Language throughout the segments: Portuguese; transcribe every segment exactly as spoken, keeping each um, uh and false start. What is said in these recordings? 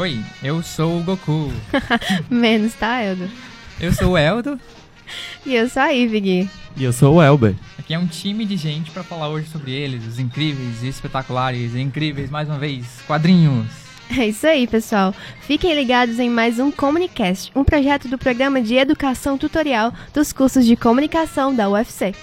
Oi, eu sou o Goku. Menos, tá, Eldo? Eu sou o Eldo. E eu sou a Ivig. E eu sou o Elber. Aqui é um time de gente pra falar hoje sobre eles, os incríveis, espetaculares e incríveis, mais uma vez, quadrinhos. É isso aí, pessoal. Fiquem ligados em mais um Comunicast, um projeto do Programa de Educação Tutorial dos cursos de Comunicação da U F C.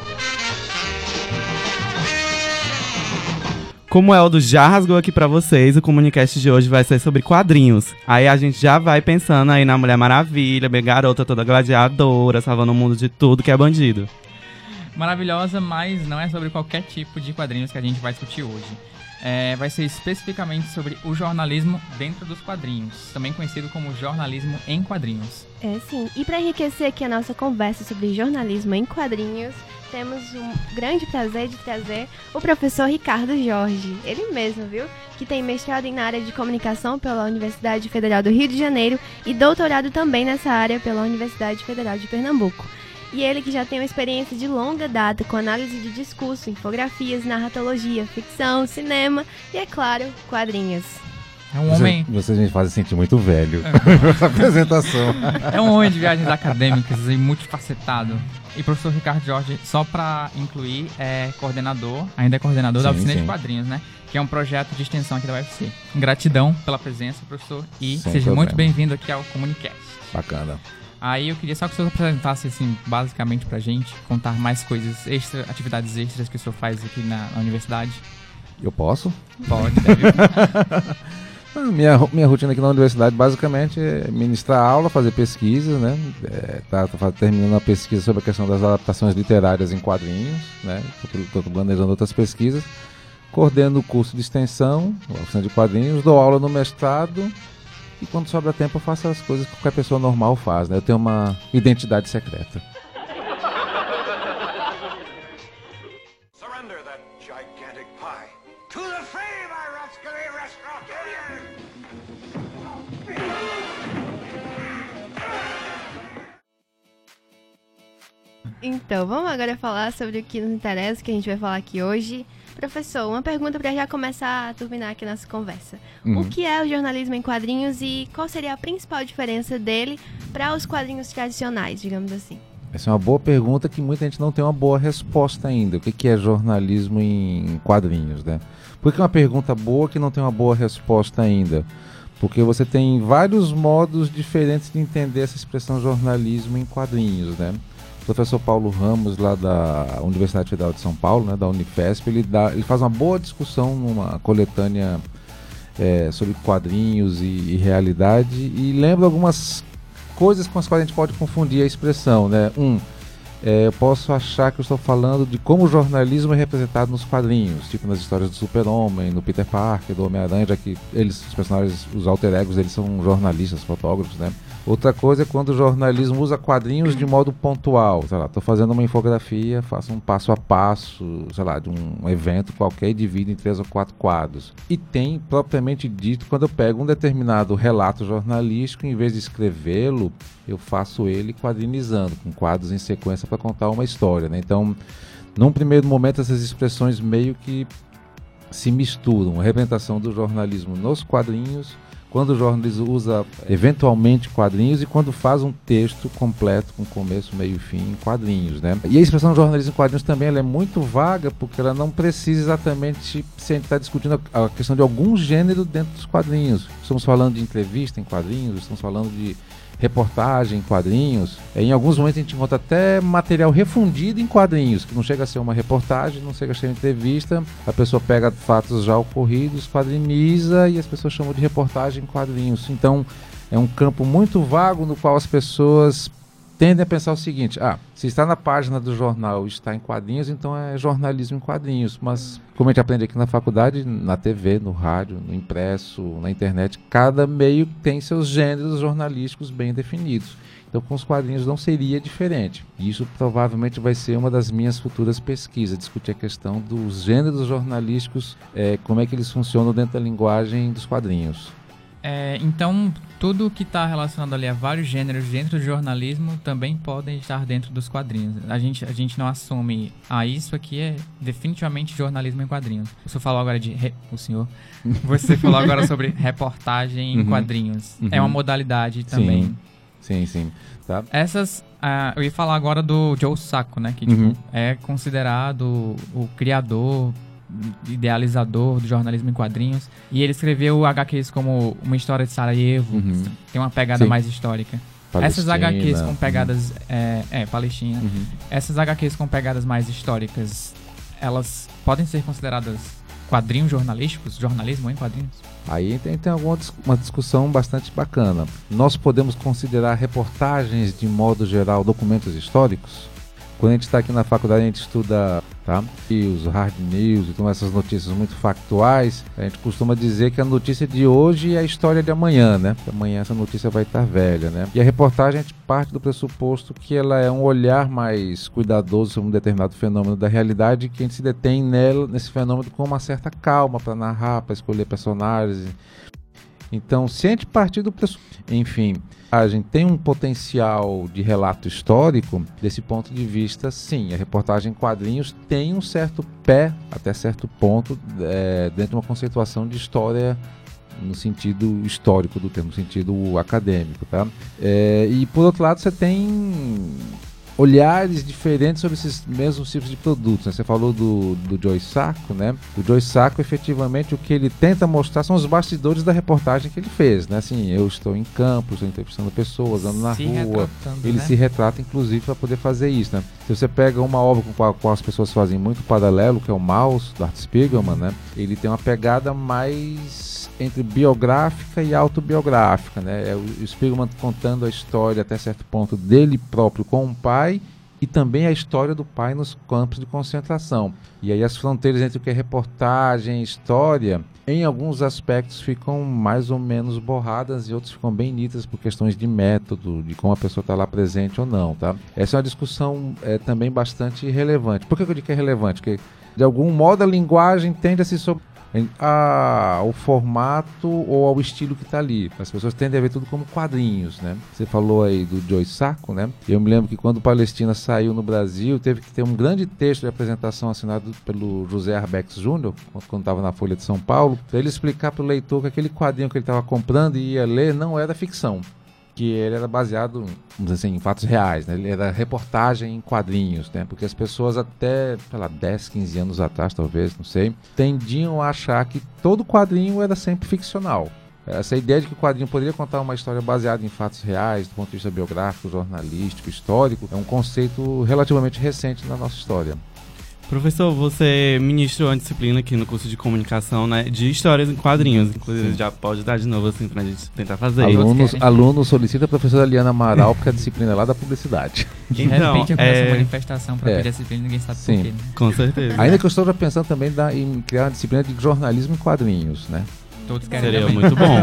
Como o Eldo já rasgou aqui pra vocês, o Comunicast de hoje vai ser sobre quadrinhos. Aí a gente já vai pensando aí na Mulher Maravilha, bem garota toda gladiadora, salvando o mundo de tudo que é bandido. Maravilhosa, mas não é sobre qualquer tipo de quadrinhos que a gente vai discutir hoje. É, vai ser especificamente sobre o jornalismo dentro dos quadrinhos, também conhecido como jornalismo em quadrinhos. É sim, e para enriquecer aqui a nossa conversa sobre jornalismo em quadrinhos, temos um grande prazer de trazer o professor Ricardo Jorge, ele mesmo, viu? Que tem mestrado na área de comunicação pela Universidade Federal do Rio de Janeiro e doutorado também nessa área pela Universidade Federal de Pernambuco. E ele que já tem uma experiência de longa data com análise de discurso, infografias, narratologia, ficção, cinema e, é claro, quadrinhos. É um homem... Você, vocês me fazem sentir muito velho com essa apresentação. É um homem de viagens acadêmicas e multifacetado. E o professor Ricardo Jorge, só para incluir, é coordenador, ainda é coordenador sim, da Oficina sim. de Quadrinhos, né? Que é um projeto de extensão aqui da U F C. Gratidão pela presença, professor, e Sem seja problema. muito bem-vindo aqui ao Comunicast. Bacana. Aí eu queria só que o senhor apresentasse, assim, basicamente pra gente, contar mais coisas extra, atividades extras que o senhor faz aqui na, na universidade. Eu posso? Pode, deve. minha, minha rotina aqui na universidade basicamente é ministrar aula, fazer pesquisas, né? É, tá, tá terminando a pesquisa sobre a questão das adaptações literárias em quadrinhos, né? Estou planejando outras pesquisas. Coordeno o curso de extensão, oficina de quadrinhos, dou aula no mestrado. E quando sobra tempo eu faço as coisas que qualquer pessoa normal faz, né? Eu tenho uma identidade secreta. Surrender that gigantic pie to the flavor rascally restaurant. Então, vamos agora falar sobre o que nos interessa, que a gente vai falar aqui hoje. Professor, uma pergunta para já começar a terminar aqui nossa conversa. Uhum. O que é o jornalismo em quadrinhos e qual seria a principal diferença dele para os quadrinhos tradicionais, digamos assim? Essa é uma boa pergunta que muita gente não tem uma boa resposta ainda. O que é jornalismo em quadrinhos, né? Por que é uma pergunta boa que não tem uma boa resposta ainda? Porque você tem vários modos diferentes de entender essa expressão jornalismo em quadrinhos, né? O professor Paulo Ramos, lá da Universidade Federal de São Paulo, né, da Unifesp, ele, dá, ele faz uma boa discussão numa coletânea é, sobre quadrinhos e, e realidade e lembra algumas coisas com as quais a gente pode confundir a expressão, né? Um, é, eu posso achar que eu estou falando de como o jornalismo é representado nos quadrinhos, tipo nas histórias do Super-Homem, no Peter Parker, do Homem-Aranha, já que eles, os personagens, os alter egos, eles são jornalistas, fotógrafos, né? Outra coisa é quando o jornalismo usa quadrinhos de modo pontual, sei lá, estou fazendo uma infografia, faço um passo a passo, sei lá, de um evento qualquer e divido em três ou quatro quadros. E tem, propriamente dito, quando eu pego um determinado relato jornalístico, em vez de escrevê-lo, eu faço ele quadrinizando, com quadros em sequência para contar uma história, né? Então, num primeiro momento, essas expressões meio que se misturam. A representação do jornalismo nos quadrinhos, quando o jornalismo usa eventualmente quadrinhos e quando faz um texto completo com começo, meio e fim em quadrinhos, né? E a expressão jornalismo em quadrinhos também ela é muito vaga porque ela não precisa exatamente se a gente está discutindo a questão de algum gênero dentro dos quadrinhos. Estamos falando de entrevista em quadrinhos, estamos falando de reportagem em quadrinhos. Em alguns momentos a gente encontra até material refundido em quadrinhos, que não chega a ser uma reportagem, não chega a ser uma entrevista. A pessoa pega fatos já ocorridos, quadriniza e as pessoas chamam de reportagem em quadrinhos. Então é um campo muito vago no qual as pessoas tendem a pensar o seguinte: ah, se está na página do jornal e está em quadrinhos, então é jornalismo em quadrinhos. Mas, como a gente aprende aqui na faculdade, na T V, no rádio, no impresso, na internet, cada meio tem seus gêneros jornalísticos bem definidos. Então, com os quadrinhos não seria diferente. E isso provavelmente vai ser uma das minhas futuras pesquisas, discutir a questão dos gêneros jornalísticos, é, como é que eles funcionam dentro da linguagem dos quadrinhos. É, então, tudo que está relacionado ali a vários gêneros dentro do jornalismo também podem estar dentro dos quadrinhos. A gente, a gente não assume, ah, isso aqui é definitivamente jornalismo em quadrinhos. Você falou agora de... Re... O senhor... Você falou agora sobre reportagem em uhum. quadrinhos. Uhum. É uma modalidade também. Sim, sim, sim. Tá. Essas... Uh, eu ia falar agora do Joe Sacco, né? Que uhum. tipo, é considerado o criador... idealizador do jornalismo em quadrinhos, e ele escreveu H Qs como Uma História de Sarajevo, uhum. tem uma pegada Sim. mais histórica. Palestina, essas H Qs com pegadas... Uhum. É, é, Palestina. Uhum. Essas H Qs com pegadas mais históricas, elas podem ser consideradas quadrinhos jornalísticos? Jornalismo em quadrinhos? Aí tem, tem alguma uma discussão bastante bacana. Nós podemos considerar reportagens, de modo geral, documentos históricos? Quando a gente está aqui na faculdade, a gente estuda, tá? E os hard news, então essas notícias muito factuais, a gente costuma dizer que a notícia de hoje é a história de amanhã, né? Porque amanhã essa notícia vai estar velha, né? E a reportagem, a gente parte do pressuposto que ela é um olhar mais cuidadoso sobre um determinado fenômeno da realidade, que a gente se detém nela, nesse fenômeno com uma certa calma para narrar, para escolher personagens. Então, se a gente partir do pressuposto, enfim, a gente tem um potencial de relato histórico, desse ponto de vista, sim, a reportagem em quadrinhos tem um certo pé, até certo ponto, é, dentro de uma conceituação de história no sentido histórico do termo, no sentido acadêmico, tá? É, e, por outro lado, você tem olhares diferentes sobre esses mesmos tipos de produtos, né? Você falou do, do Joe Sacco, né? O Joe Sacco, efetivamente, o que ele tenta mostrar são os bastidores da reportagem que ele fez, né? Assim, eu estou em campo, estou entrevistando pessoas, andando na se rua. Ele né? se retrata, inclusive, para poder fazer isso, né? Se você pega uma obra com a qual as pessoas fazem muito paralelo, que é o Maus, do Art Spiegelman, né? Ele tem uma pegada mais entre biográfica e autobiográfica, né? É o Spiegelman contando a história até certo ponto dele próprio com o pai e também a história do pai nos campos de concentração. E aí as fronteiras entre o que é reportagem e história, em alguns aspectos ficam mais ou menos borradas e outros ficam bem nítidas por questões de método, de como a pessoa está lá presente ou não, tá? Essa é uma discussão é, também bastante relevante. Por que eu digo que é relevante? Porque, de algum modo, a linguagem tende a se sobre a, ao formato ou ao estilo que está ali. As pessoas tendem a ver tudo como quadrinhos, né? Você falou aí do Joe Sacco, né? Eu me lembro que quando Palestina saiu no Brasil, teve que ter um grande texto de apresentação assinado pelo José Arbex Júnior, quando estava na Folha de São Paulo, para ele explicar para o leitor que aquele quadrinho que ele estava comprando e ia ler não era ficção, que ele era baseado, vamos dizer assim, em fatos reais, né? Ele era reportagem em quadrinhos, né? Porque as pessoas até, sei lá, dez, quinze anos atrás, talvez, não sei, tendiam a achar que todo quadrinho era sempre ficcional. Essa ideia de que o quadrinho poderia contar uma história baseada em fatos reais, do ponto de vista biográfico, jornalístico, histórico, é um conceito relativamente recente na nossa história. Professor, você ministrou uma disciplina aqui no curso de comunicação, né, de histórias em quadrinhos. Inclusive, já pode dar de novo, assim, pra gente tentar fazer. Alunos, alunos solicita a professora Liana Amaral, porque a disciplina é lá da publicidade. De Então, repente, eu é... essa manifestação pra é. pedir a disciplina, ninguém sabe Sim. por quê. Né? Com certeza. Ainda que eu estou já pensando também da, em criar uma disciplina de jornalismo em quadrinhos, né? Todos querem Seria também. muito bom.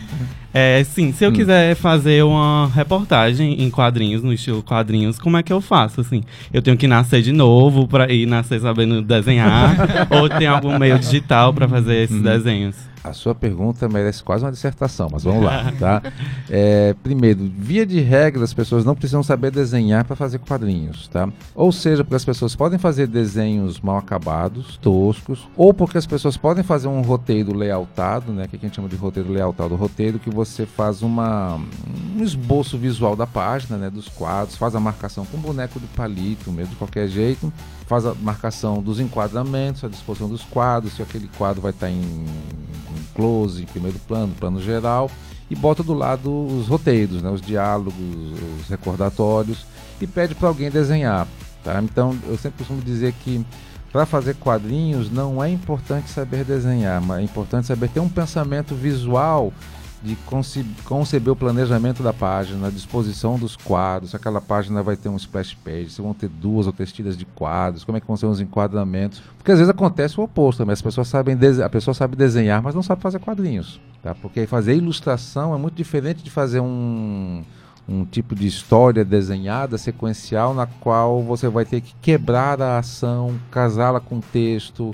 É, sim, se eu Hum. quiser fazer uma reportagem em quadrinhos, no estilo quadrinhos, como é que eu faço, assim? Eu tenho que nascer de novo pra ir nascer sabendo desenhar? Ou tem algum meio digital pra fazer esses Hum. desenhos? A sua pergunta merece quase uma dissertação, mas vamos lá, tá? É, primeiro, via de regra, as pessoas não precisam saber desenhar para fazer quadrinhos, tá? Ou seja, porque as pessoas podem fazer desenhos mal acabados, toscos, ou porque as pessoas podem fazer um roteiro layoutado, né? Que a gente chama de roteiro layoutado, o roteiro que você faz uma, um esboço visual da página, né? Dos quadros, faz a marcação com boneco de palito, mesmo de qualquer jeito, faz a marcação dos enquadramentos, a disposição dos quadros, se aquele quadro vai estar em, em close, em primeiro plano, plano geral, e bota do lado os roteiros, né, os diálogos, os recordatórios, e pede para alguém desenhar. Tá? Então, eu sempre costumo dizer que para fazer quadrinhos não é importante saber desenhar, mas é importante saber ter um pensamento visual de conce- conceber o planejamento da página, a disposição dos quadros, se aquela página vai ter um splash page, se vão ter duas ou três tiras de quadros, como é que vão ser os enquadramentos, porque às vezes acontece o oposto, mas as pessoas sabem dese- a pessoa sabe desenhar, mas não sabe fazer quadrinhos, tá? Porque fazer ilustração é muito diferente de fazer um, um tipo de história desenhada, sequencial, na qual você vai ter que quebrar a ação, casá-la com o texto,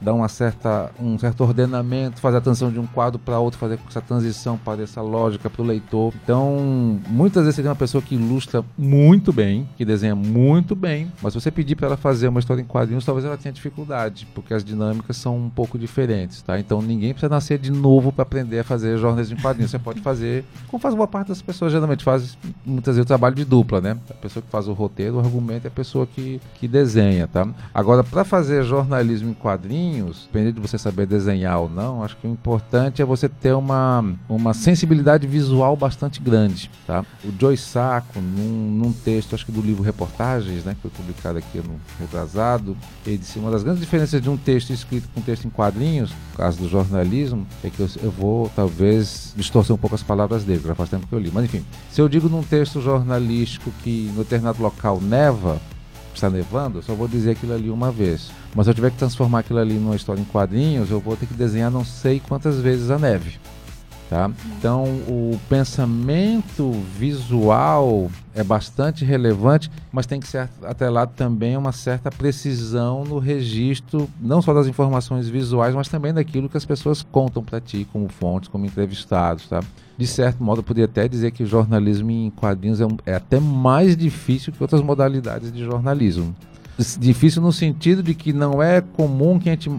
dar uma certa, um certo ordenamento, fazer a transição de um quadro para outro, fazer com que essa transição pareça lógica para o leitor. Então, muitas vezes você tem uma pessoa que ilustra muito bem, que desenha muito bem, mas se você pedir para ela fazer uma história em quadrinhos, talvez ela tenha dificuldade, porque as dinâmicas são um pouco diferentes, tá? Então, ninguém precisa nascer de novo para aprender a fazer jornalismo em quadrinhos. Você pode fazer, como faz boa parte das pessoas, geralmente faz muitas vezes o trabalho de dupla, né? A pessoa que faz o roteiro, o argumento, é a pessoa que, que desenha, tá? Agora, para fazer jornalismo em quadrinhos, dependendo de você saber desenhar ou não, acho que o importante é você ter uma, uma sensibilidade visual bastante grande, tá? O Joe Sacco, num, num texto, acho que do livro Reportagens, né, que foi publicado aqui no retrasado, ele disse, uma das grandes diferenças de um texto escrito com um texto em quadrinhos, no caso do jornalismo, é que eu, eu vou, talvez, distorcer um pouco as palavras dele, já faz tempo que eu li, mas enfim, se eu digo num texto jornalístico que no determinado local neva, está nevando, eu só vou dizer aquilo ali uma vez. Mas se eu tiver que transformar aquilo ali numa história em quadrinhos, eu vou ter que desenhar não sei quantas vezes a neve. Tá? Então, o pensamento visual é bastante relevante, mas tem que ser atrelado também a uma certa precisão no registro, não só das informações visuais, mas também daquilo que as pessoas contam para ti, como fontes, como entrevistados. Tá? De certo modo, eu poderia até dizer que o jornalismo em quadrinhos é, um, é até mais difícil que outras modalidades de jornalismo. Difícil no sentido de que não é comum que a gente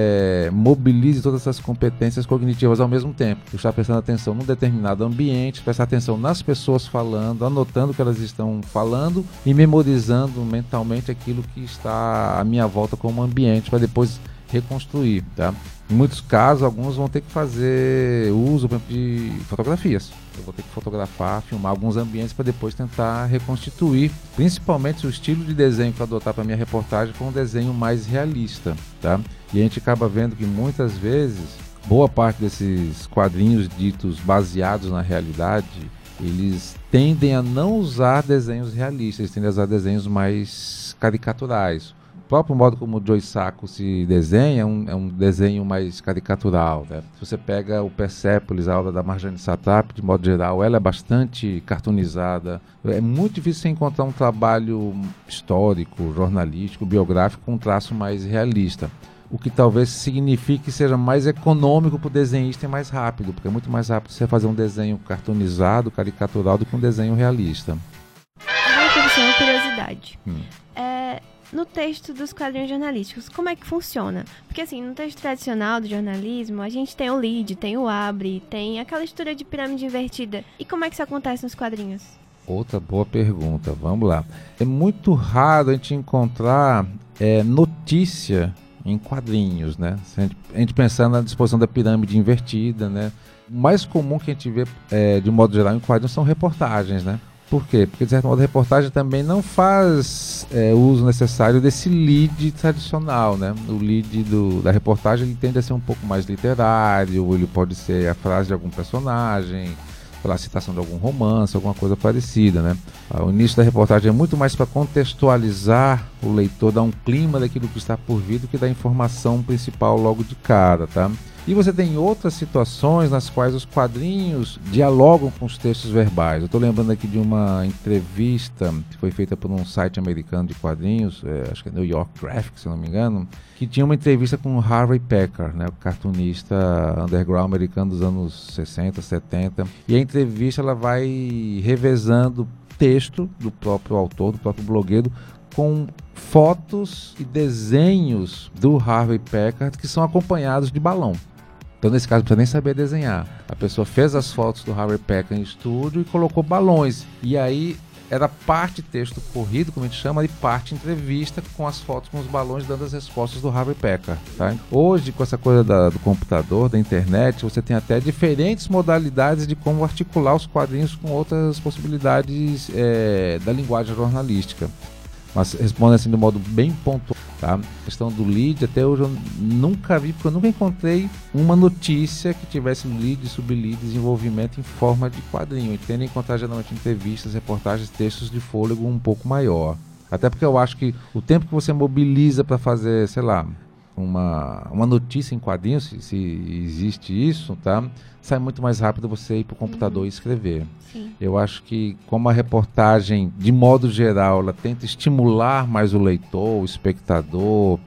é, mobilize todas essas competências cognitivas ao mesmo tempo. Estar prestando atenção num determinado ambiente, prestar atenção nas pessoas falando, anotando o que elas estão falando e memorizando mentalmente aquilo que está à minha volta como ambiente para depois reconstruir, tá? Em muitos casos, alguns vão ter que fazer uso, por exemplo, de fotografias. Eu vou ter que fotografar, filmar alguns ambientes para depois tentar reconstituir, principalmente se o estilo de desenho que eu adotar para minha reportagem for um desenho mais realista, tá? E a gente acaba vendo que muitas vezes, boa parte desses quadrinhos ditos baseados na realidade, eles tendem a não usar desenhos realistas, eles tendem a usar desenhos mais caricaturais. O próprio modo como o Joe Sacco se desenha é um, é um desenho mais caricatural, né? Se você pega o Persepolis, a obra da Marjane Satrapi, de modo geral, ela é bastante cartoonizada. É muito difícil você encontrar um trabalho histórico, jornalístico, biográfico com um traço mais realista. O que talvez signifique que seja mais econômico para o desenhista e mais rápido, porque é muito mais rápido você fazer um desenho cartoonizado, caricatural, do que um desenho realista. Agora eu tenho uma curiosidade. Hum. É... No texto dos quadrinhos jornalísticos, como é que funciona? Porque assim, no texto tradicional do jornalismo, a gente tem o lead, tem o abre, tem aquela estrutura de pirâmide invertida. E como é que isso acontece nos quadrinhos? Outra boa pergunta, vamos lá. É muito raro a gente encontrar é, notícia em quadrinhos, né? Se a gente, a gente pensar na disposição da pirâmide invertida, né? O mais comum que a gente vê, é, de modo geral, em quadrinhos são reportagens, né? Por quê? Porque, de certo modo, a reportagem também não faz é, uso necessário desse lead tradicional, né? O lead do, da reportagem ele tende a ser um pouco mais literário, ele pode ser a frase de algum personagem, a citação de algum romance, alguma coisa parecida, né? O início da reportagem é muito mais para contextualizar o leitor, dar um clima daquilo que está por vir do que da informação principal logo de cara, tá? E você tem outras situações nas quais os quadrinhos dialogam com os textos verbais. Eu estou lembrando aqui de uma entrevista que foi feita por um site americano de quadrinhos, é, acho que é New York Graphic, se não me engano, que tinha uma entrevista com o Harvey Pekar, né, o cartunista underground americano dos anos sessenta, setenta. E a entrevista ela vai revezando texto do próprio autor, do próprio blogueiro, com fotos e desenhos do Harvey Pekar que são acompanhados de balão. Então, nesse caso, não precisa nem saber desenhar. A pessoa fez as fotos do Harvey Pekar em estúdio e colocou balões. E aí, era parte texto corrido, como a gente chama, e parte entrevista com as fotos com os balões dando as respostas do Harvey Pekar. Tá? Hoje, com essa coisa da, do computador, da internet, você tem até diferentes modalidades de como articular os quadrinhos com outras possibilidades é, da linguagem jornalística. Mas respondendo assim de modo bem pontual, tá? A questão do lead, até hoje eu nunca vi, porque eu nunca encontrei uma notícia que tivesse lead, sublead, desenvolvimento em forma de quadrinho. Eu tendo a encontrar geralmente entrevistas, reportagens, textos de fôlego um pouco maior. Até porque eu acho que o tempo que você mobiliza para fazer, sei lá, uma, uma notícia em quadrinhos, se, se existe isso, tá? Sai muito mais rápido você ir para o computador uhum. e escrever. Sim. Eu acho que como a reportagem, de modo geral, ela tenta estimular mais o leitor, o espectador,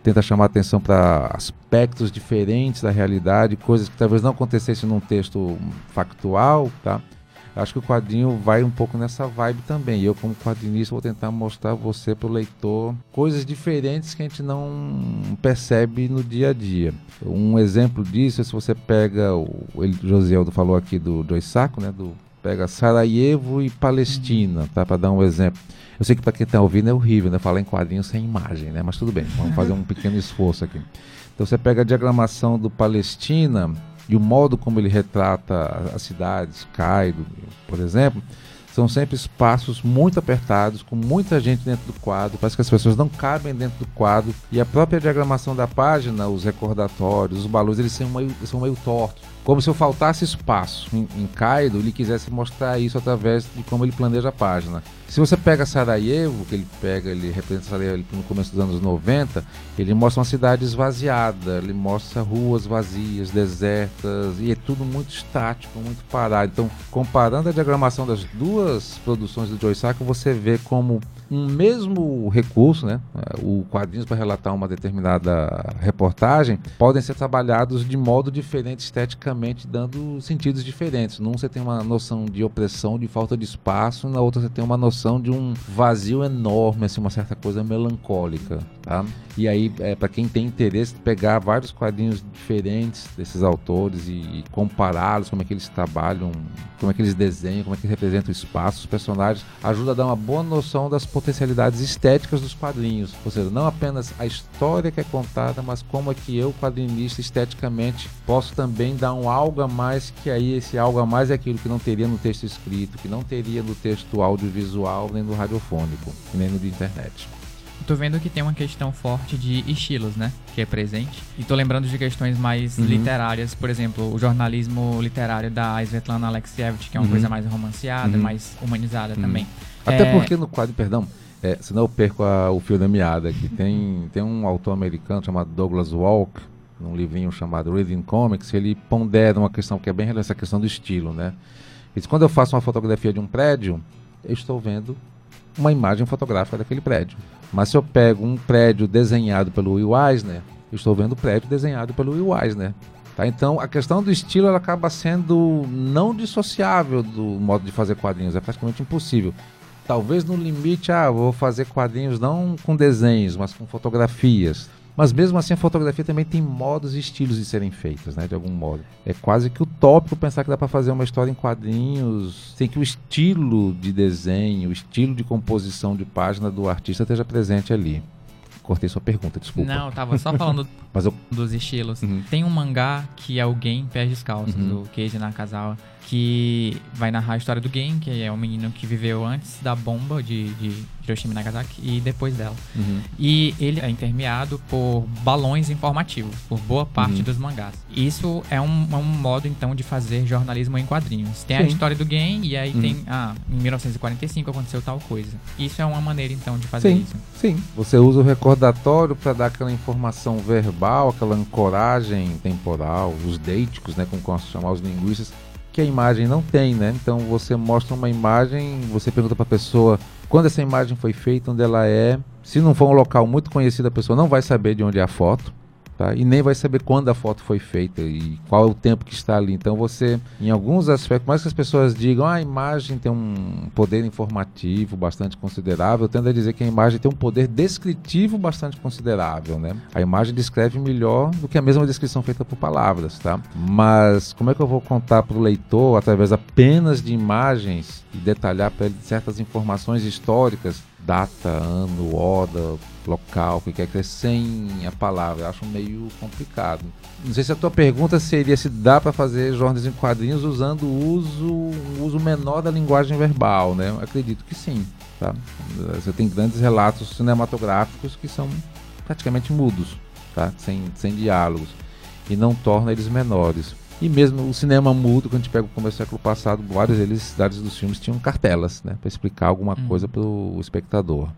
tenta chamar atenção para aspectos diferentes da realidade, coisas que talvez não acontecessem num texto factual, tá? Acho que o quadrinho vai um pouco nessa vibe também. Eu, como quadrinista, vou tentar mostrar você, para o leitor, coisas diferentes que a gente não percebe no dia a dia. Um exemplo disso é se você pega, o ele, Josieldo falou aqui do Joe Sacco, né, do, pega Sarajevo e Palestina, tá, para dar um exemplo. Eu sei que para quem está ouvindo é horrível, né, falar em quadrinho sem imagem, né, mas tudo bem, vamos fazer um pequeno esforço aqui. Então você pega a diagramação do Palestina e o modo como ele retrata as cidades, Cairo, por exemplo, são sempre espaços muito apertados, com muita gente dentro do quadro, parece que as pessoas não cabem dentro do quadro, e a própria diagramação da página, os recordatórios, os balões, eles são meio, são meio tortos, como se eu faltasse espaço em, em Cairo, ele quisesse mostrar isso através de como ele planeja a página. Se você pega Sarajevo, que ele pega, ele representa Sarajevo no começo dos anos noventa, ele mostra uma cidade esvaziada, ele mostra ruas vazias, desertas, e é tudo muito estático, muito parado. Então, comparando a diagramação das duas produções do Joe Sacco, você vê como um mesmo recurso, né, o quadrinhos para relatar uma determinada reportagem, podem ser trabalhados de modo diferente esteticamente, dando sentidos diferentes. Num você tem uma noção de opressão, de falta de espaço, na outra você tem uma noção de um vazio enorme, assim, uma certa coisa melancólica, tá? E aí, é, para quem tem interesse, pegar vários quadrinhos diferentes desses autores e, e compará-los, como é que eles trabalham, como é que eles desenham, como é que eles representam o espaço, os personagens, ajuda a dar uma boa noção das potencialidades estéticas dos quadrinhos, ou seja, não apenas a história que é contada, mas como é que eu, quadrinista, esteticamente, posso também dar um algo a mais, que aí esse algo a mais é aquilo que não teria no texto escrito, que não teria no texto audiovisual, nem no radiofônico, nem no de internet. Tô vendo que tem uma questão forte de estilos, né? Que é presente. E tô lembrando de questões mais uhum. literárias. Por exemplo, o jornalismo literário da Svetlana Alexievich, que é uma uhum. coisa mais romanceada, uhum. mais humanizada uhum. também. Até é... porque no quadro, perdão, é, senão eu perco a, o fio da meada aqui. Tem, tem um autor americano chamado Douglas Walk, num livrinho chamado Reading Comics, ele pondera uma questão que é bem relevante, essa questão do estilo, né? Ele diz, quando eu faço uma fotografia de um prédio, eu estou vendo uma imagem fotográfica daquele prédio. Mas se eu pego um prédio desenhado pelo Will Eisner, eu estou vendo o prédio desenhado pelo Will Eisner. Tá? Então, a questão do estilo ela acaba sendo não dissociável do modo de fazer quadrinhos, é praticamente impossível. Talvez no limite, ah, eu vou fazer quadrinhos não com desenhos, mas com fotografias. Mas mesmo assim a fotografia também tem modos e estilos de serem feitas, né, de algum modo. É quase que utópico pensar que dá para fazer uma história em quadrinhos sem que o estilo de desenho, o estilo de composição de página do artista esteja presente ali. Cortei sua pergunta, desculpa. Não, tava só falando Mas eu... dos estilos. Uhum. Tem um mangá que é o Gen Pés Descalços, uhum. do Keiji Nakazawa, que vai narrar a história do Gen, que é um menino que viveu antes da bomba de, de Hiroshima e Nagasaki e depois dela. Uhum. E ele é intermeado por balões informativos, por boa parte uhum. dos mangás. Isso é um, é um modo, então, de fazer jornalismo em quadrinhos. Tem Sim. a história do Gen e aí uhum. tem, ah, em mil novecentos e quarenta e cinco aconteceu tal coisa. Isso é uma maneira, então, de fazer Sim. isso. Sim, você usa o recordatório para dar aquela informação verbal, aquela ancoragem temporal, os deíticos, né, como gostam de chamar os linguistas, que a imagem não tem, né? Então você mostra uma imagem, você pergunta para a pessoa quando essa imagem foi feita, onde ela é. Se não for um local muito conhecido, a pessoa não vai saber de onde é a foto, tá? E nem vai saber quando a foto foi feita e qual é o tempo que está ali. Então você, em alguns aspectos, mais que as pessoas digam ah, a imagem tem um poder informativo bastante considerável, eu tendo a dizer que a imagem tem um poder descritivo bastante considerável, né? A imagem descreve melhor do que a mesma descrição feita por palavras, tá? Mas como é que eu vou contar para o leitor, através apenas de imagens, e detalhar para ele certas informações históricas, data, ano, hora, local, o que quer que seja, sem a palavra? Eu acho meio complicado. Não sei se a tua pergunta seria se dá para fazer jornalismo em quadrinhos usando o uso, um uso menor da linguagem verbal, né? Eu acredito que sim, tá? Você tem grandes relatos cinematográficos que são praticamente mudos, tá? Sem, sem diálogos, e não torna eles menores. E mesmo o cinema mudo, quando a gente pega o começo do século passado, vários deles, cidades dos filmes tinham cartelas, né, para explicar alguma hum. coisa para o espectador.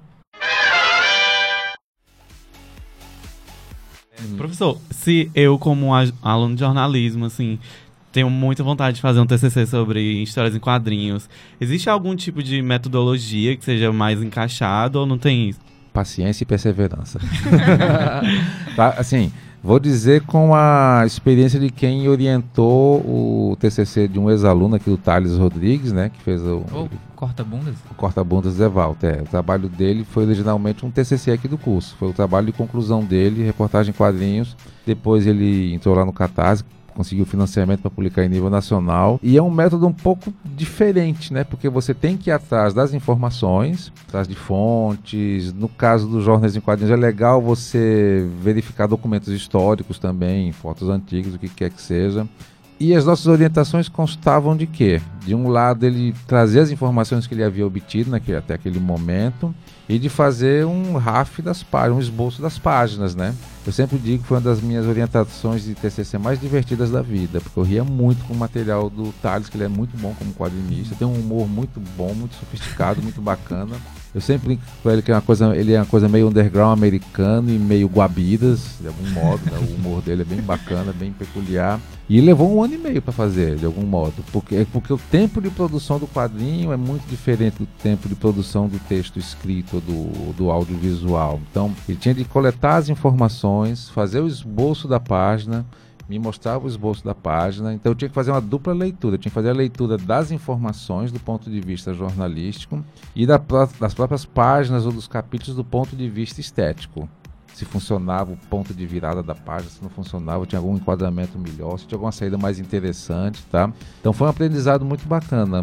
É, professor, se eu como aluno de jornalismo, assim, tenho muita vontade de fazer um T C C sobre histórias em quadrinhos, existe algum tipo de metodologia que seja mais encaixado ou não tem isso? Paciência e perseverança. Tá, assim, vou dizer com a experiência de quem orientou o T C C de um ex-aluno aqui, o Thales Rodrigues, né? Que fez o... Ou corta-bundas? O corta-bundas Zé Walter. É, o trabalho dele foi originalmente um T C C aqui do curso. Foi o trabalho de conclusão dele, reportagem em quadrinhos. Depois ele entrou lá no Catarse, conseguiu financiamento para publicar em nível nacional. E é um método um pouco diferente, né? Porque você tem que ir atrás das informações, atrás de fontes. No caso dos jornais em quadrinhos, é legal você verificar documentos históricos também, fotos antigas, o que quer que seja. E as nossas orientações constavam de quê? De um lado, ele trazer as informações que ele havia obtido naquele, até aquele momento e de fazer um R A F das páginas, um esboço das páginas, né? Eu sempre digo que foi uma das minhas orientações de T C C mais divertidas da vida, porque eu ria muito com o material do Thales, que ele é muito bom como quadrinista, tem um humor muito bom, muito sofisticado, muito bacana. Eu sempre brinco com ele que é uma coisa, ele é uma coisa meio underground americano e meio guabidas, de algum modo, né? O humor dele é bem bacana, bem peculiar. E levou um ano e meio para fazer, de algum modo, porque, porque o tempo de produção do quadrinho é muito diferente do tempo de produção do texto escrito, do, do audiovisual. Então, ele tinha de coletar as informações, fazer o esboço da página, me mostrava o esboço da página, então eu tinha que fazer uma dupla leitura, eu tinha que fazer a leitura das informações do ponto de vista jornalístico e da, das próprias páginas ou dos capítulos do ponto de vista estético. Se funcionava o ponto de virada da página, se não funcionava, tinha algum enquadramento melhor, se tinha alguma saída mais interessante, tá? Então foi um aprendizado muito bacana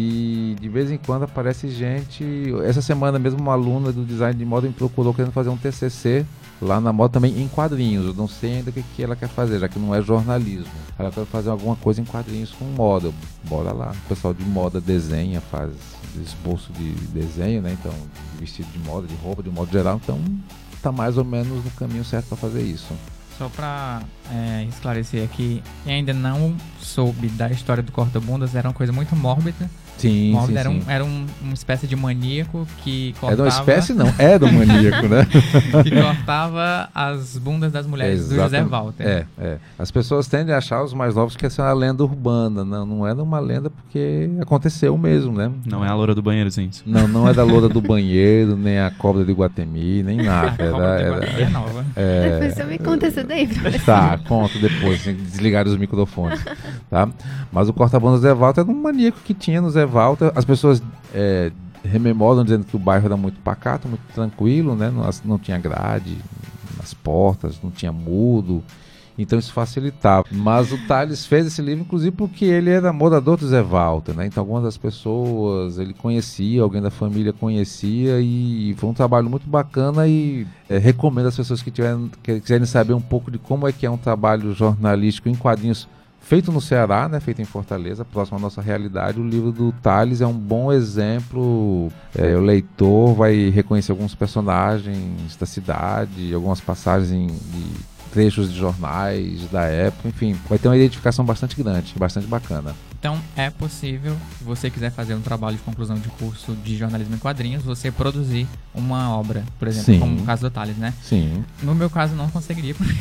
e de vez em quando aparece gente. Essa semana mesmo uma aluna do design de moda me procurou querendo fazer um T C C lá na moda também em quadrinhos. Eu não sei ainda o que, que ela quer fazer, já que não é jornalismo. Ela quer fazer alguma coisa em quadrinhos com moda. Bora lá. O pessoal de moda desenha, faz esboço de desenho, né? Então, de vestido de moda, de roupa, de modo geral. Então, tá mais ou menos no caminho certo para fazer isso. Só para é, esclarecer aqui, quem ainda não soube da história do corta-bundas, era uma coisa muito mórbida. Sim, mórbida sim, era, sim. Um, era um, uma espécie de maníaco que cortava... Era uma espécie não, era um maníaco, né? que cortava as bundas das mulheres. Exatamente. Do José Walter. É, é. As pessoas tendem a achar, os mais novos, que essa é uma lenda urbana. Não, não era uma lenda porque aconteceu mesmo, né? Não é a loura do banheiro, gente. Não, não é da loura do banheiro, nem a cobra de Guatemi, nem nada. A cobra de Guatemi é nova. É... Depois você me conta isso daí, professor. Tá, conto depois, tem que desligar os microfones, tá? Mas o corta-bundas do Zé Walter era um maníaco que tinha no Zé Walter. As pessoas é, rememoram dizendo que o bairro era muito pacato, muito tranquilo, né? Não, não tinha grade nas portas, não tinha muro, então isso facilitava. Mas o Thales fez esse livro, inclusive, porque ele era morador do Zé Walter, né? Então algumas das pessoas ele conhecia, alguém da família conhecia, e foi um trabalho muito bacana e é, recomendo às pessoas que, tiverem, que quiserem saber um pouco de como é que é um trabalho jornalístico em quadrinhos feito no Ceará, né, feito em Fortaleza, próximo à nossa realidade. O livro do Thales é um bom exemplo. É, o leitor vai reconhecer alguns personagens da cidade, algumas passagens de trechos de jornais da época, enfim, vai ter uma identificação bastante grande, bastante bacana. Então é possível, se você quiser fazer um trabalho de conclusão de curso de jornalismo em quadrinhos, você produzir uma obra, por exemplo, Sim. como o caso do Thales, né? Sim. No meu caso não conseguiria, por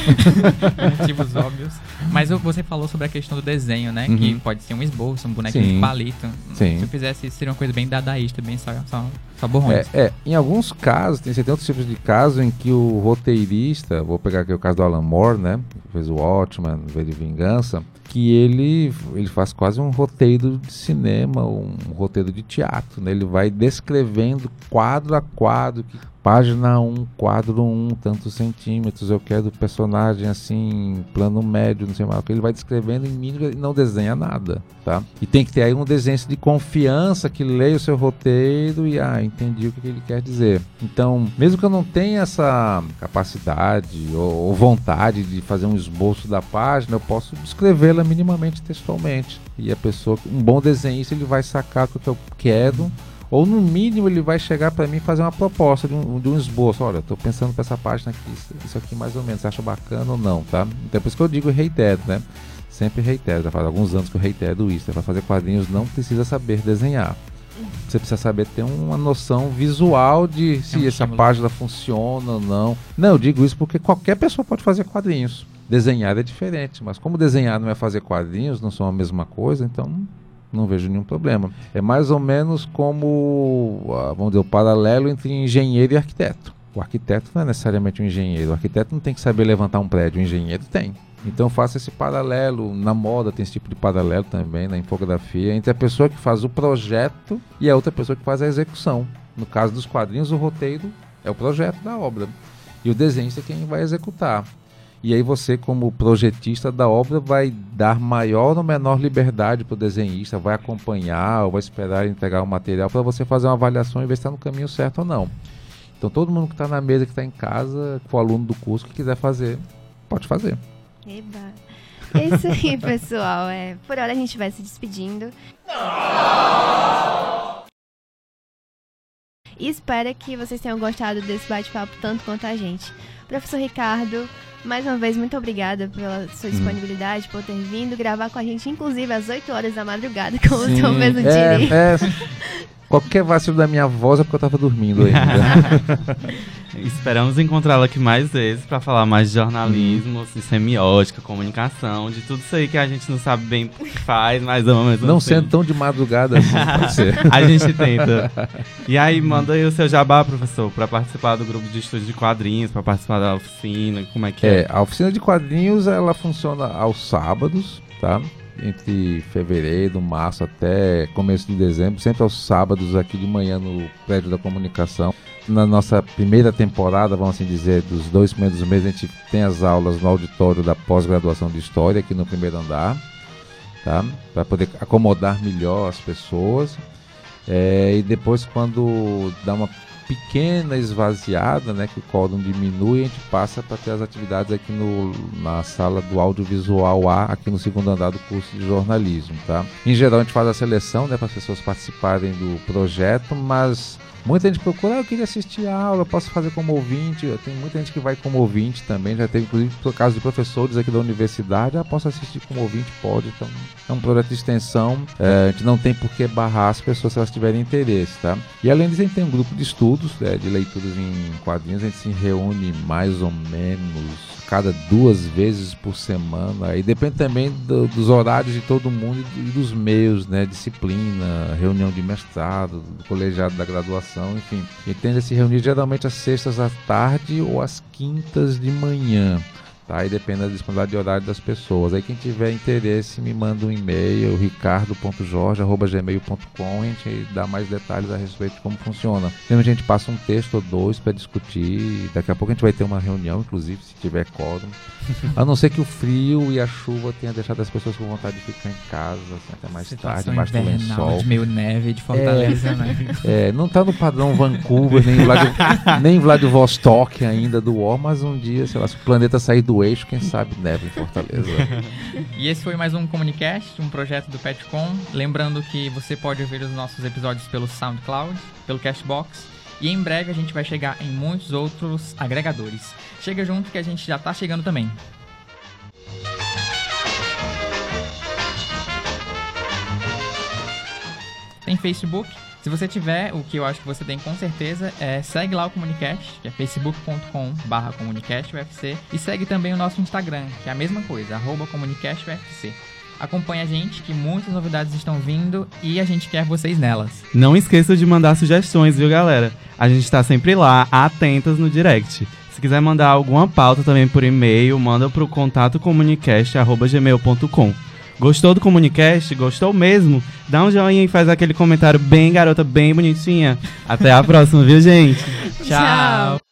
motivos óbvios. Mas você falou sobre a questão do desenho, né? Uhum. Que pode ser um esboço, um bonequinho Sim. de palito. Sim. Se eu fizesse isso, seria uma coisa bem dadaísta, bem só, só, só borrões. É, é, em alguns casos, tem, você tem outros tipos de casos em que o roteirista, vou pegar aqui o caso do Alan Moore, né? Que fez o Watchmen, V de Vingança, que ele, ele faz quase um roteiro de cinema, um roteiro de teatro, né? Ele vai descrevendo quadro a quadro, que página um, quadro um, tantos centímetros, eu quero o personagem assim, plano médio, não sei mais o que, ele vai descrevendo em mínimo e não desenha nada, tá? E tem que ter aí um desenho de confiança que leia o seu roteiro e, ah, entendi o que ele quer dizer. Então, mesmo que eu não tenha essa capacidade ou, ou vontade de fazer um esboço da página, eu posso descrevê-la minimamente textualmente. E a pessoa, um bom desenhista, ele vai sacar o que eu quero, ou no mínimo ele vai chegar para mim e fazer uma proposta de um, de um esboço. Olha, eu tô pensando para essa página aqui, isso, isso aqui mais ou menos, você acha bacana ou não, tá? Então é por isso que eu digo reitero, né? Sempre reitero, já faz alguns anos que eu reitero isso, né? Para fazer quadrinhos não precisa saber desenhar. Você precisa saber ter uma noção visual de se é um essa estímulo. Página funciona ou não. Não, eu digo isso porque qualquer pessoa pode fazer quadrinhos. Desenhar é diferente, mas como desenhar não é fazer quadrinhos, não são a mesma coisa, então não vejo nenhum problema. É mais ou menos como, vamos dizer, o paralelo entre engenheiro e arquiteto. O arquiteto não é necessariamente um engenheiro. O arquiteto não tem que saber levantar um prédio, o engenheiro tem. Então faça esse paralelo. Na moda tem esse tipo de paralelo também, na infografia, entre a pessoa que faz o projeto e a outra pessoa que faz a execução. No caso dos quadrinhos, o roteiro é o projeto da obra. E o desenhista é quem vai executar. E aí você, como projetista da obra, vai dar maior ou menor liberdade para o desenhista, vai acompanhar ou vai esperar entregar o material para você fazer uma avaliação e ver se está no caminho certo ou não. Então todo mundo que está na mesa, que está em casa, que for aluno do curso, que quiser fazer, pode fazer. Eba. É isso aí, pessoal. É, por hora a gente vai se despedindo. E espero que vocês tenham gostado desse bate-papo tanto quanto a gente. Professor Ricardo, mais uma vez, muito obrigada pela sua disponibilidade, hum. por ter vindo gravar com a gente, inclusive às oito horas da madrugada, como Sim, o senhor mesmo é, diria. É, qualquer vacilo da minha voz é porque eu estava dormindo ainda. Esperamos encontrá-la aqui mais vezes para falar mais de jornalismo, assim, semiótica, comunicação, de tudo isso aí que a gente não sabe bem o que faz, mas ama mesmo. Não assim. sendo tão de madrugada assim, pode ser. A gente tenta. E aí, manda aí o seu jabá, professor, para participar do grupo de estudo de quadrinhos, para participar da oficina, como é que é? É, a oficina de quadrinhos, ela funciona aos sábados, tá? Entre fevereiro, março até começo de dezembro, sempre aos sábados aqui de manhã no prédio da comunicação. Na nossa primeira temporada, vamos assim dizer, dos dois primeiros meses, a gente tem as aulas no auditório da pós-graduação de História, aqui no primeiro andar, tá? Para poder acomodar melhor as pessoas. É, e depois, quando dá uma pequena esvaziada, né, que o quórum diminui, a gente passa para ter as atividades aqui no, na sala do audiovisual A, aqui no segundo andar do curso de jornalismo, tá? Em geral a gente faz a seleção, né, para as pessoas participarem do projeto, mas muita gente procura, ah, eu queria assistir a aula, eu posso fazer como ouvinte. Tem muita gente que vai como ouvinte também, já teve inclusive por causa de professores aqui da universidade, ah, posso assistir como ouvinte, pode. Então é um projeto de extensão, é, a gente não tem por que barrar as pessoas se elas tiverem interesse, tá? E além disso a gente tem um grupo de estudos, é, de leituras em quadrinhos, a gente se reúne mais ou menos cada duas vezes por semana, e depende também do, dos horários de todo mundo e dos meios, né, disciplina, reunião de mestrado, do colegiado da graduação, enfim. A gente tende a se reunir geralmente às sextas à tarde ou às quintas de manhã, tá? E depende da disponibilidade de horário das pessoas. Aí quem tiver interesse me manda um e-mail, ricardo ponto jorge arroba gmail ponto com, e a gente dá mais detalhes a respeito de como funciona. Geralmente a gente passa um texto ou dois para discutir, daqui a pouco a gente vai ter uma reunião, inclusive, se tiver quórum. A não ser que o frio e a chuva tenha deixado as pessoas com vontade de ficar em casa, assim, até mais Situação tarde, embaixo do lençol. De meio neve de Fortaleza, é, né? É, não tá no padrão Vancouver, nem, Vlad, nem Vladivostok ainda do War, mas um dia, sei lá, se o planeta sair do eixo, quem sabe neve em Fortaleza. E esse foi mais um Comunicast, um projeto do Petcom. Lembrando que você pode ouvir os nossos episódios pelo SoundCloud, pelo Cashbox, e em breve a gente vai chegar em muitos outros agregadores. Chega junto que a gente já tá chegando também. Tem Facebook. Se você tiver, o que eu acho que você tem com certeza, é segue lá o Comunicast, que é facebook ponto com barra comunicast U F C, e segue também o nosso Instagram, que é a mesma coisa, arroba comunicast U F C. Acompanhe a gente, que muitas novidades estão vindo e a gente quer vocês nelas. Não esqueça de mandar sugestões, viu, galera? A gente tá sempre lá, atentas no direct. Se quiser mandar alguma pauta também por e-mail, manda pro contato comunicast arroba gmail ponto com. Gostou do Comunicast? Gostou mesmo? Dá um joinha e faz aquele comentário bem garota, bem bonitinha. Até a próxima, viu, gente? Tchau!